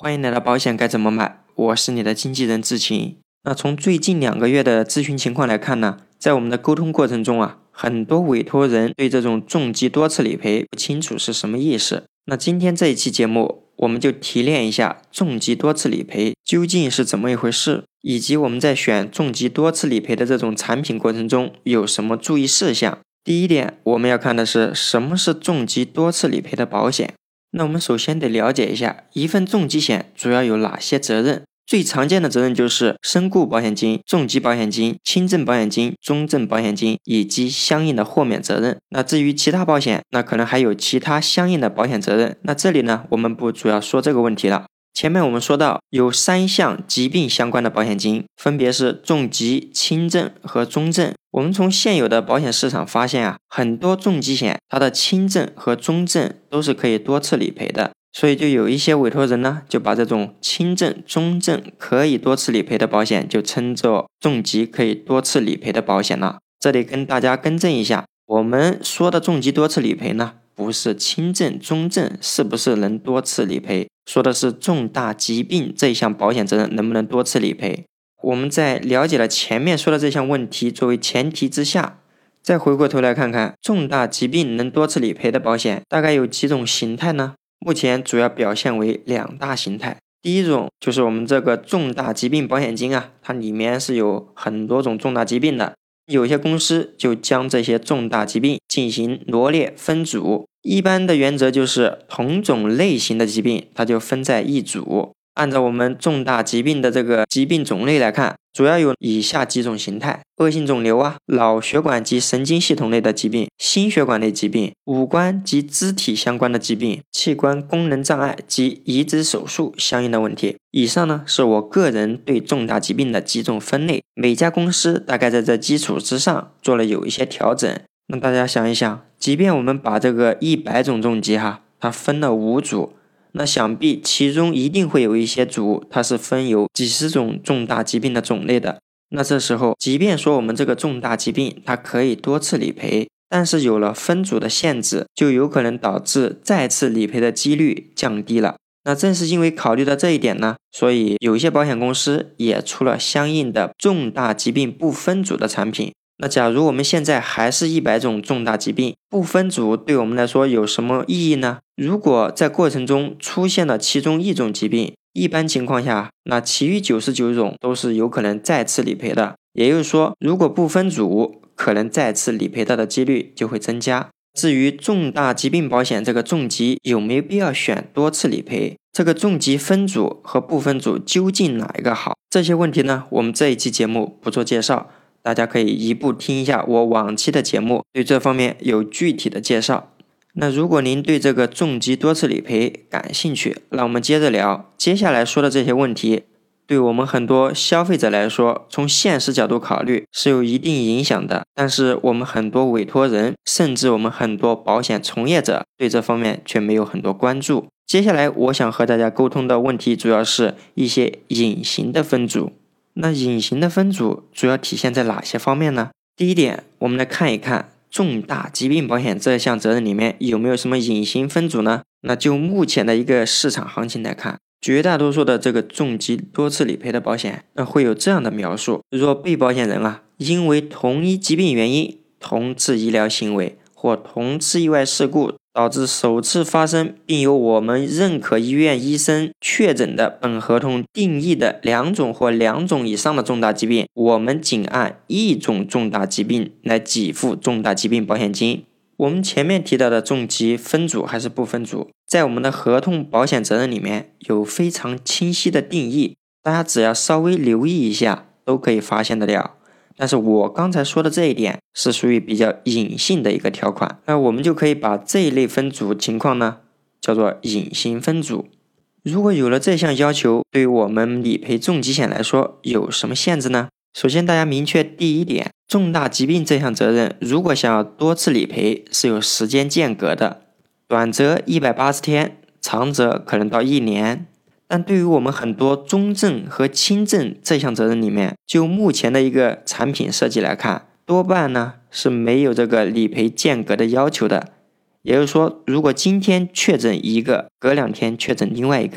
欢迎来到保险该怎么买，我是你的经纪人智勤。那从最近2个月的咨询情况来看呢，在我们的沟通过程中很多委托人对这种重疾多次理赔不清楚是什么意思。那今天这一期节目，我们就提炼一下重疾多次理赔究竟是怎么一回事，以及我们在选重疾多次理赔的这种产品过程中有什么注意事项。第一点，我们要看的是什么是重疾多次理赔的保险。那我们首先得了解一下，一份重疾险主要有哪些责任。最常见的责任就是身故保险金、重疾保险金、轻症保险金、重症保险金以及相应的豁免责任。那至于其他保险，那可能还有其他相应的保险责任。那这里呢，我们不主要说这个问题了。前面我们说到有3项疾病相关的保险金，分别是重疾、轻症和中症。我们从现有的保险市场发现很多重疾险它的轻症和中症都是可以多次理赔的，所以就有一些委托人呢，就把这种轻症、中症可以多次理赔的保险就称作重疾可以多次理赔的保险了。这里跟大家更正一下，我们说的重疾多次理赔呢，不是轻症、中症是不是能多次理赔，说的是重大疾病这一项保险责任能不能多次理赔。我们在了解了前面说的这项问题作为前提之下，再回过头来看看重大疾病能多次理赔的保险大概有几种形态呢？目前主要表现为2大形态。第一种就是我们这个重大疾病保险金它里面是有很多种重大疾病的，有些公司就将这些重大疾病进行罗列分组，一般的原则就是同种类型的疾病它就分在一组。按照我们重大疾病的这个疾病种类来看，主要有以下几种形态：恶性肿瘤脑血管及神经系统类的疾病、心血管类疾病、五官及肢体相关的疾病、器官功能障碍及移植手术相应的问题。以上呢是我个人对重大疾病的几种分类，每家公司大概在这基础之上做了有一些调整。那大家想一想，即便我们把这个100种重疾它分了5组，那想必其中一定会有一些组它是分有几十种重大疾病的种类的。那这时候即便说我们这个重大疾病它可以多次理赔，但是有了分组的限制，就有可能导致再次理赔的几率降低了。那正是因为考虑到这一点呢，所以有一些保险公司也出了相应的重大疾病不分组的产品。那假如我们现在还是100种重大疾病，不分组对我们来说有什么意义呢？如果在过程中出现了其中1种疾病，一般情况下，那其余99种都是有可能再次理赔的。也就是说，如果不分组，可能再次理赔到的几率就会增加。至于重大疾病保险这个重疾有没有必要选多次理赔，这个重疾分组和不分组究竟哪一个好，这些问题呢，我们这一期节目不做介绍，大家可以一步听一下我往期的节目，对这方面有具体的介绍。那如果您对这个重疾多次理赔感兴趣，那我们接着聊。接下来说的这些问题，对我们很多消费者来说，从现实角度考虑是有一定影响的，但是我们很多委托人，甚至我们很多保险从业者对这方面却没有很多关注。接下来我想和大家沟通的问题主要是一些隐形的分组。那隐形的分组主要体现在哪些方面呢？第一点，我们来看一看重大疾病保险这项责任里面有没有什么隐形分组呢？那就目前的一个市场行情来看，绝大多数的这个重疾多次理赔的保险，那会有这样的描述：若被保险人因为同一疾病原因、同次医疗行为或同次意外事故导致首次发生，并由我们认可医院医生确诊的本合同定义的2种或2种以上的重大疾病，我们仅按1种重大疾病来给付重大疾病保险金。我们前面提到的重疾分组还是不分组，在我们的合同保险责任里面有非常清晰的定义，大家只要稍微留意一下都可以发现得了。但是我刚才说的这一点是属于比较隐性的一个条款，那我们就可以把这一类分组情况呢叫做隐形分组。如果有了这项要求，对于我们理赔重疾险来说有什么限制呢？首先大家明确第一点，重大疾病这项责任如果想要多次理赔是有时间间隔的，短则180天，长则可能到1年。但对于我们很多中症和轻症这项责任里面，就目前的一个产品设计来看，多半呢是没有这个理赔间隔的要求的。也就是说，如果今天确诊一个，隔2天确诊另外一个，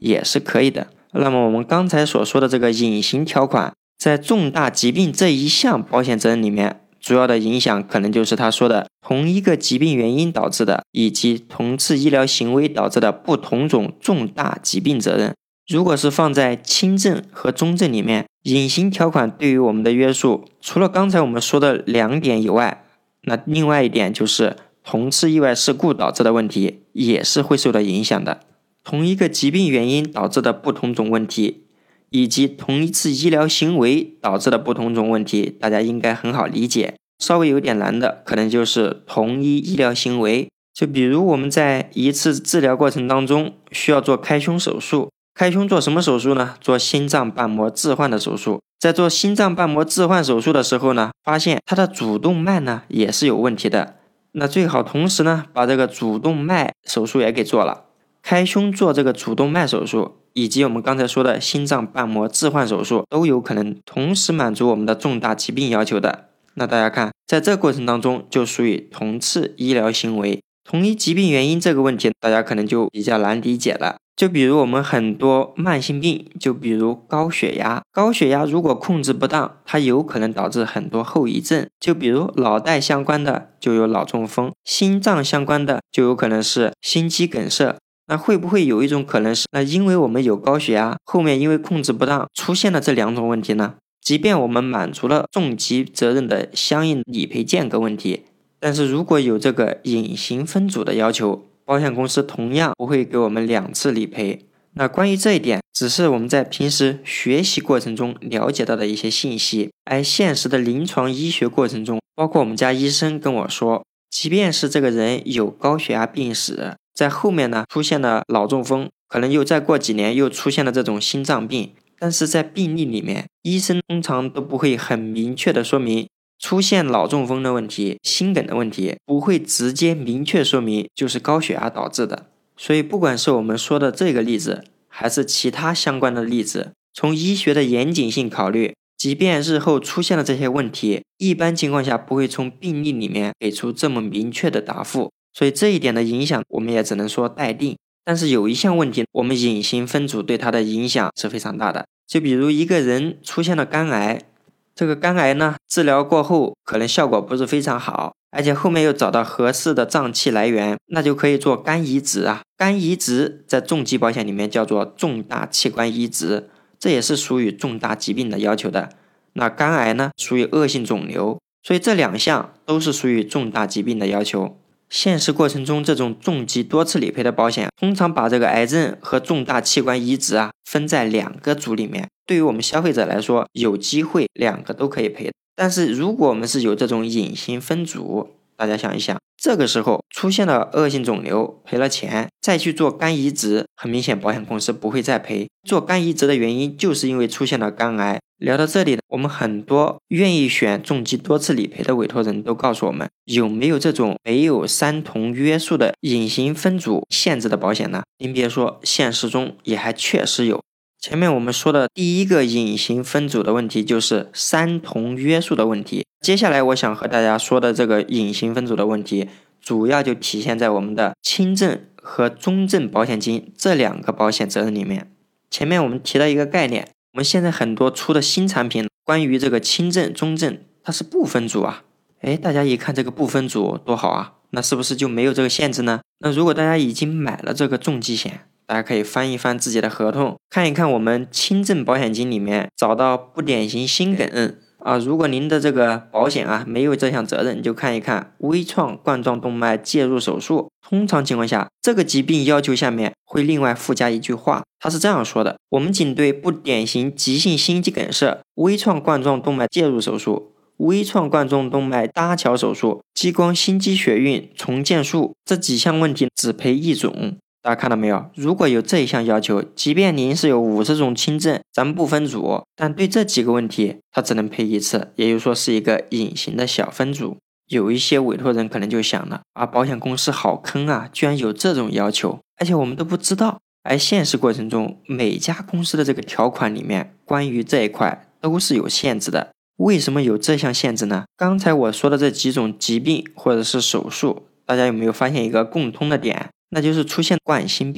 也是可以的。那么我们刚才所说的这个隐形条款，在重大疾病这一项保险责任里面，主要的影响可能就是他说的同一个疾病原因导致的，以及同次医疗行为导致的不同种重大疾病责任。如果是放在轻症和中症里面，隐形条款对于我们的约束，除了刚才我们说的2点以外，那另外一点就是同次意外事故导致的问题也是会受到影响的。同一个疾病原因导致的不同种问题，以及同一次医疗行为导致的不同种问题，大家应该很好理解。稍微有点难的可能就是同一医疗行为，就比如我们在一次治疗过程当中需要做开胸手术，开胸做什么手术呢？做心脏瓣膜置换的手术。在做心脏瓣膜置换手术的时候呢，发现它的主动脉呢也是有问题的，那最好同时呢把这个主动脉手术也给做了。开胸做这个主动脉手术，以及我们刚才说的心脏瓣膜置换手术，都有可能同时满足我们的重大疾病要求的。那大家看，在这个过程当中就属于同次医疗行为。同一疾病原因这个问题，大家可能就比较难理解了。就比如我们很多慢性病，就比如高血压，高血压如果控制不当，它有可能导致很多后遗症，就比如脑袋相关的就有脑中风，心脏相关的就有可能是心肌梗塞。那会不会有一种可能是，那因为我们有高血压，后面因为控制不当出现了这2种问题呢？即便我们满足了重疾责任的相应理赔间隔问题，但是如果有这个隐形分组的要求，保险公司同样不会给我们2次理赔。那关于这一点，只是我们在平时学习过程中了解到的一些信息，而现实的临床医学过程中，包括我们家医生跟我说，即便是这个人有高血压病史，在后面呢出现了脑中风，可能又再过几年又出现了这种心脏病，但是在病历里面，医生通常都不会很明确的说明出现脑中风的问题、心梗的问题，不会直接明确说明就是高血压导致的。所以不管是我们说的这个例子，还是其他相关的例子，从医学的严谨性考虑，即便日后出现了这些问题，一般情况下不会从病历里面给出这么明确的答复。所以这一点的影响我们也只能说待定。但是有一项问题，我们隐形分组对它的影响是非常大的。就比如一个人出现了肝癌，这个肝癌呢治疗过后可能效果不是非常好，而且后面又找到合适的脏器来源，那就可以做肝移植啊。肝移植在重疾保险里面叫做重大器官移植，这也是属于重大疾病的要求的。那肝癌呢属于恶性肿瘤，所以这2项都是属于重大疾病的要求。现实过程中，这种重疾多次理赔的保险通常把这个癌症和重大器官移植分在2个组里面，对于我们消费者来说，有机会2个都可以赔。但是如果我们是有这种隐形分组，大家想一想，这个时候出现了恶性肿瘤，赔了钱，再去做肝移植，很明显保险公司不会再赔。做肝移植的原因就是因为出现了肝癌。聊到这里，我们很多愿意选重疾多次理赔的委托人都告诉我们，有没有这种没有3同约束的隐形分组限制的保险呢？您别说，现实中也还确实有。前面我们说的第一个隐形分组的问题就是3同约束的问题，接下来我想和大家说的这个隐形分组的问题，主要就体现在我们的轻症和中症保险金这2个保险责任里面。前面我们提到一个概念，我们现在很多出的新产品，关于这个轻症、中症，它是不分组啊。大家一看这个不分组多好啊，那是不是就没有这个限制呢？那如果大家已经买了这个重疾险，大家可以翻一翻自己的合同，看一看我们轻症保险金里面找到不典型心梗如果您的这个保险没有这项责任，就看一看微创冠状动脉介入手术。通常情况下，这个疾病要求下面会另外附加一句话，它是这样说的：我们仅对不典型急性心肌梗塞、微创冠状动脉介入手术、微创冠状动脉搭桥手术、激光心肌血运重建术这几项问题只赔1种。大家看到没有？如果有这一项要求，即便您是有50种轻症，咱们不分组，但对这几个问题，它只能赔1次，也就是说是一个隐形的小分组。有一些委托人可能就想了保险公司好坑啊，居然有这种要求，而且我们都不知道。而现实过程中，每家公司的这个条款里面，关于这一块都是有限制的。为什么有这项限制呢？刚才我说的这几种疾病或者是手术，大家有没有发现一个共通的点？那就是出现冠心病了。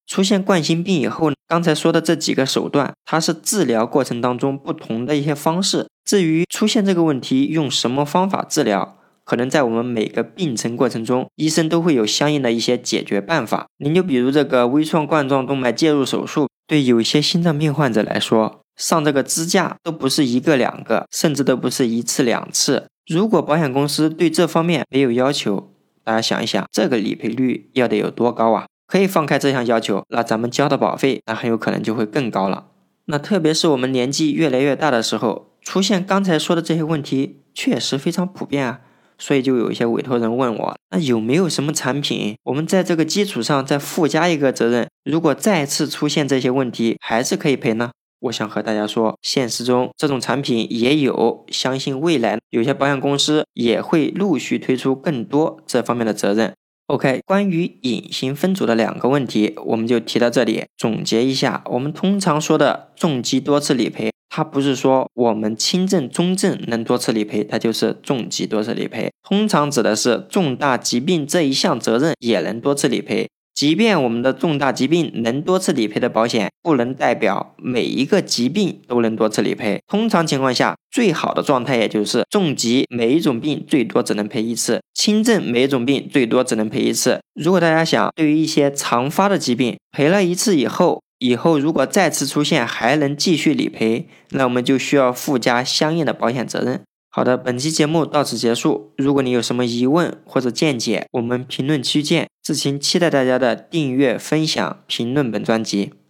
出现冠心病以后，刚才说的这几个手段，它是治疗过程当中不同的一些方式。至于出现这个问题用什么方法治疗，可能在我们每个病程过程中，医生都会有相应的一些解决办法。您就比如这个微创冠状动脉介入手术，对有一些心脏病患者来说，上这个支架都不是一个两个，甚至都不是一次两次。如果保险公司对这方面没有要求，大家想一想，这个理赔率要得有多高啊？可以放开这项要求，那咱们交的保费那很有可能就会更高了。那特别是我们年纪越来越大的时候，出现刚才说的这些问题确实非常普遍啊。所以就有一些委托人问我，那有没有什么产品我们在这个基础上再附加一个责任，如果再次出现这些问题还是可以赔呢？我想和大家说，现实中这种产品也有，相信未来有些保险公司也会陆续推出更多这方面的责任。OK， 关于隐形分组的2个问题我们就提到这里。总结一下，我们通常说的重疾多次理赔，它不是说我们轻症中症能多次理赔它就是重疾多次理赔，通常指的是重大疾病这一项责任也能多次理赔。即便我们的重大疾病能多次理赔的保险，不能代表每一个疾病都能多次理赔。通常情况下，最好的状态也就是重疾每一种病最多只能赔1次，轻症每一种病最多只能赔1次。如果大家想对于一些常发的疾病赔了1次以后如果再次出现还能继续理赔，那我们就需要附加相应的保险责任。好的，本期节目到此结束。如果你有什么疑问或者见解，我们评论区见。志勤期待大家的订阅、分享、评论本专辑。